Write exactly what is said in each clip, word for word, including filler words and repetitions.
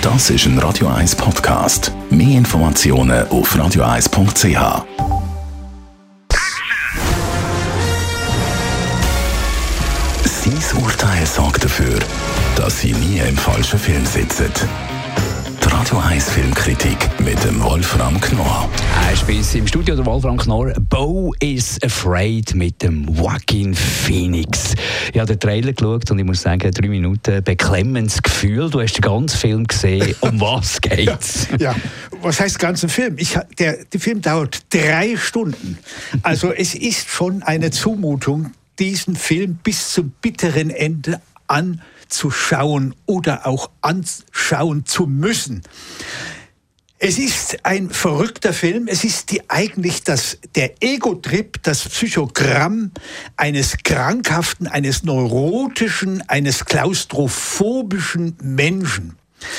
Das ist ein Radio eins Podcast. Mehr Informationen auf radio eins punkt c h. Sein Urteil sorgt dafür, dass Sie nie im falschen Film sitzen. Die Radio eins Filmkritik mit dem Wolfram Knorr. Er ist bis im Studio, der Wolfram Knorr. Beau is Afraid mit dem Joaquin Phoenix. Ich habe den Trailer geschaut und ich muss sagen, drei Minuten beklemmendes Gefühl. Du hast den ganzen Film gesehen. Um was geht's? Ja, was heißt ganzen Film? Ich, der, der Film dauert drei Stunden. Also es ist schon eine Zumutung, diesen Film bis zum bitteren Ende anzuschauen oder auch anschauen zu müssen. Es ist ein verrückter Film. Es ist die, eigentlich das, der Ego-Trip, das Psychogramm eines krankhaften, eines neurotischen, eines klaustrophobischen Menschen.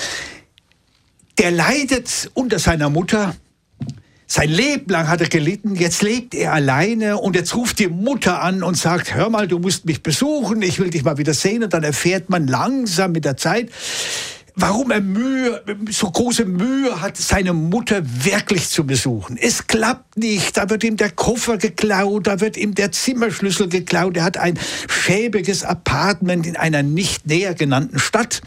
Der leidet unter seiner Mutter. Sein Leben lang hat er gelitten, jetzt lebt er alleine und jetzt ruft die Mutter an und sagt, hör mal, du musst mich besuchen, ich will dich mal wieder sehen. Und dann erfährt man langsam mit der Zeit, warum er Mühe, so große Mühe hat, seine Mutter wirklich zu besuchen. Es klappt nicht, da wird ihm der Koffer geklaut, da wird ihm der Zimmerschlüssel geklaut. Er hat ein schäbiges Apartment in einer nicht näher genannten Stadt.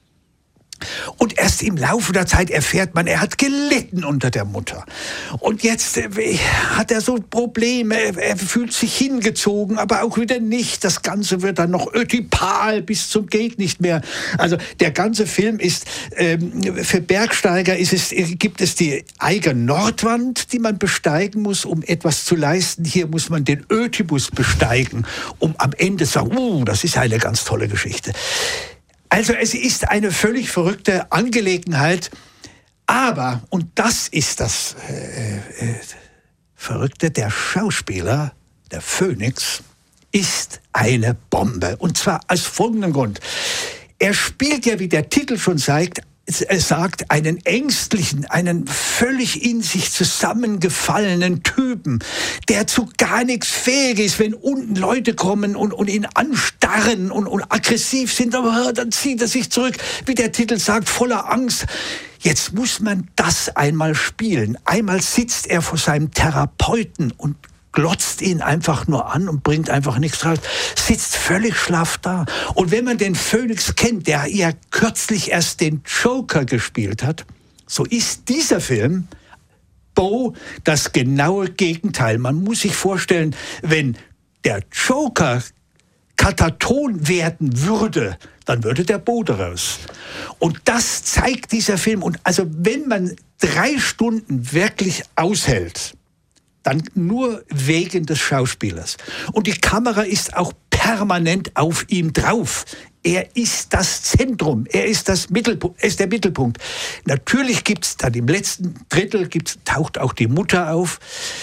Und erst im Laufe der Zeit erfährt man, er hat gelitten unter der Mutter. Und jetzt äh, hat er so Probleme, er fühlt sich hingezogen, aber auch wieder nicht. Das Ganze wird dann noch ödipal bis zum geht nicht mehr. Also der ganze Film ist, ähm, für Bergsteiger ist es, gibt es die Eiger Nordwand, die man besteigen muss, um etwas zu leisten. Hier muss man den Ötibus besteigen, um am Ende zu sagen, uh, das ist eine ganz tolle Geschichte. Also es ist eine völlig verrückte Angelegenheit, aber, und das ist das äh, äh, Verrückte, der Schauspieler, der Phoenix, ist eine Bombe. Und zwar aus folgendem Grund. Er spielt ja, wie der Titel schon sagt, er sagt, einen ängstlichen, einen völlig in sich zusammengefallenen Typen, der zu gar nichts fähig ist, wenn unten Leute kommen und, und ihn anstarren und, und aggressiv sind, aber dann zieht er sich zurück, wie der Titel sagt, voller Angst. Jetzt muss man das einmal spielen. Einmal sitzt er vor seinem Therapeuten und glotzt ihn einfach nur an und bringt einfach nichts raus, sitzt völlig schlaff da. Und wenn man den Phoenix kennt, der ja kürzlich erst den Joker gespielt hat, so ist dieser Film, Beau, das genaue Gegenteil. Man muss sich vorstellen, wenn der Joker kataton werden würde, dann würde der Beau daraus. Und das zeigt dieser Film. Und also wenn man drei Stunden wirklich aushält, dann nur wegen des Schauspielers. Und die Kamera ist auch permanent auf ihm drauf. Er ist das Zentrum, er ist, das Mittelpunkt, er ist der Mittelpunkt. Natürlich gibt es dann im letzten Drittel, gibt's, taucht auch die Mutter auf.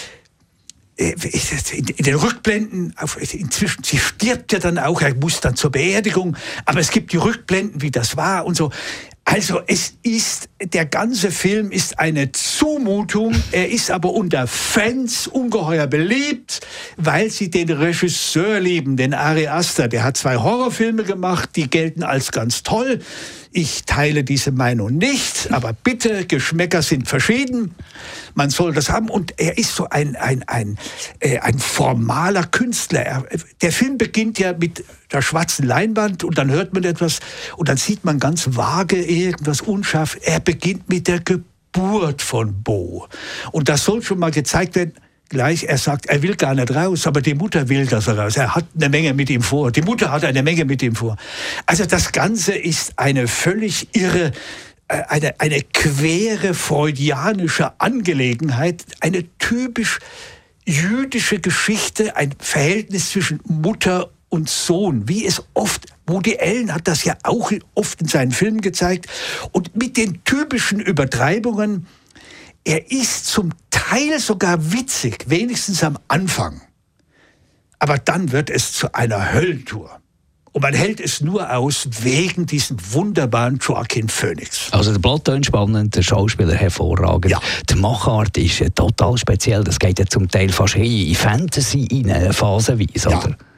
In den Rückblenden, inzwischen, sie stirbt ja dann auch, er muss dann zur Beerdigung, aber es gibt die Rückblenden, wie das war und so. Also es ist, der ganze Film ist eine Zumutung, er ist aber unter Fans ungeheuer beliebt, weil sie den Regisseur lieben, den Ari Aster. Der hat zwei Horrorfilme gemacht, die gelten als ganz toll. Ich teile diese Meinung nicht, aber bitte, Geschmäcker sind verschieden. Man soll das haben. Und er ist so ein, ein, ein, äh, ein formaler Künstler. Er, der Film beginnt ja mit der schwarzen Leinwand und dann hört man etwas und dann sieht man ganz vage irgendwas unscharf. Er beginnt mit der Geburt von Beau. Und das soll schon mal gezeigt werden. Gleich, er sagt, er will gar nicht raus, aber die Mutter will, dass er raus. Er hat eine Menge mit ihm vor. Die Mutter hat eine Menge mit ihm vor. Also das Ganze ist eine völlig irre, eine, eine quere freudianische Angelegenheit, eine typisch jüdische Geschichte, ein Verhältnis zwischen Mutter und Sohn, wie es oft, Woody Allen hat das ja auch oft in seinen Filmen gezeigt, und mit den typischen Übertreibungen. Er ist zum Teil sogar witzig, wenigstens am Anfang. Aber dann wird es zu einer Höllentour. Und man hält es nur aus wegen diesem wunderbaren Joaquin Phoenix. Also der Plot ist spannend, der Schauspieler hervorragend. Ja. Die Machart ist total speziell. Das geht ja zum Teil fast in Fantasy rein, phasenweise, ja. oder?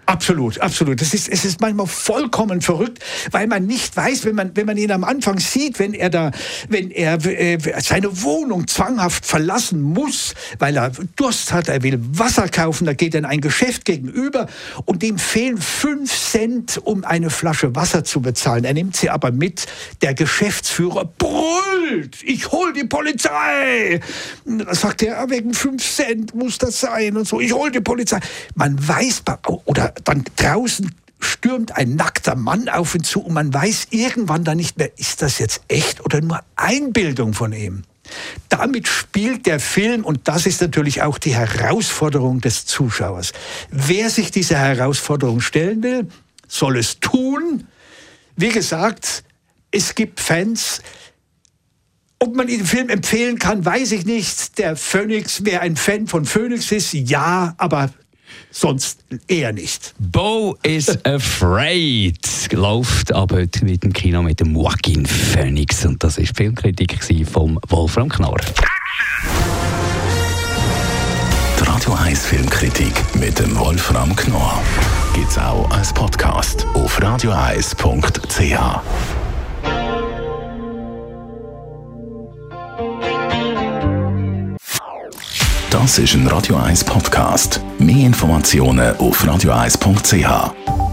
Absolut, absolut. Das ist, es ist manchmal vollkommen verrückt, weil man nicht weiß, wenn man, wenn man ihn am Anfang sieht, wenn er da, wenn er äh, seine Wohnung zwanghaft verlassen muss, weil er Durst hat, er will Wasser kaufen, da geht er in ein Geschäft gegenüber und dem fehlen fünf Cent, um eine Flasche Wasser zu bezahlen. Er nimmt sie aber mit. Der Geschäftsführer brüllt, ich hol die Polizei. Da sagt er, wegen fünf Cent muss das sein und so, ich hol die Polizei. Man weiß, oder dann draußen stürmt ein nackter Mann auf ihn zu und man weiß irgendwann dann nicht mehr, ist das jetzt echt oder nur Einbildung von ihm? Damit spielt der Film, und das ist natürlich auch die Herausforderung des Zuschauers. Wer sich dieser Herausforderung stellen will, soll es tun. Wie gesagt, es gibt Fans. Ob man den Film empfehlen kann, weiß ich nicht. Der Phoenix, wer ein Fan von Phoenix ist, ja, aber sonst eher nicht. Beau is Afraid läuft ab heute mit dem Kino mit dem Joaquin Phoenix. Und das war die Filmkritik von Wolfram Knorr. Die Radio eins Filmkritik mit dem Wolfram Knorr gibt es auch als Podcast auf radio eins punkt c h. Das ist ein Radio eins Podcast. Mehr Informationen auf radio eins punkt c h.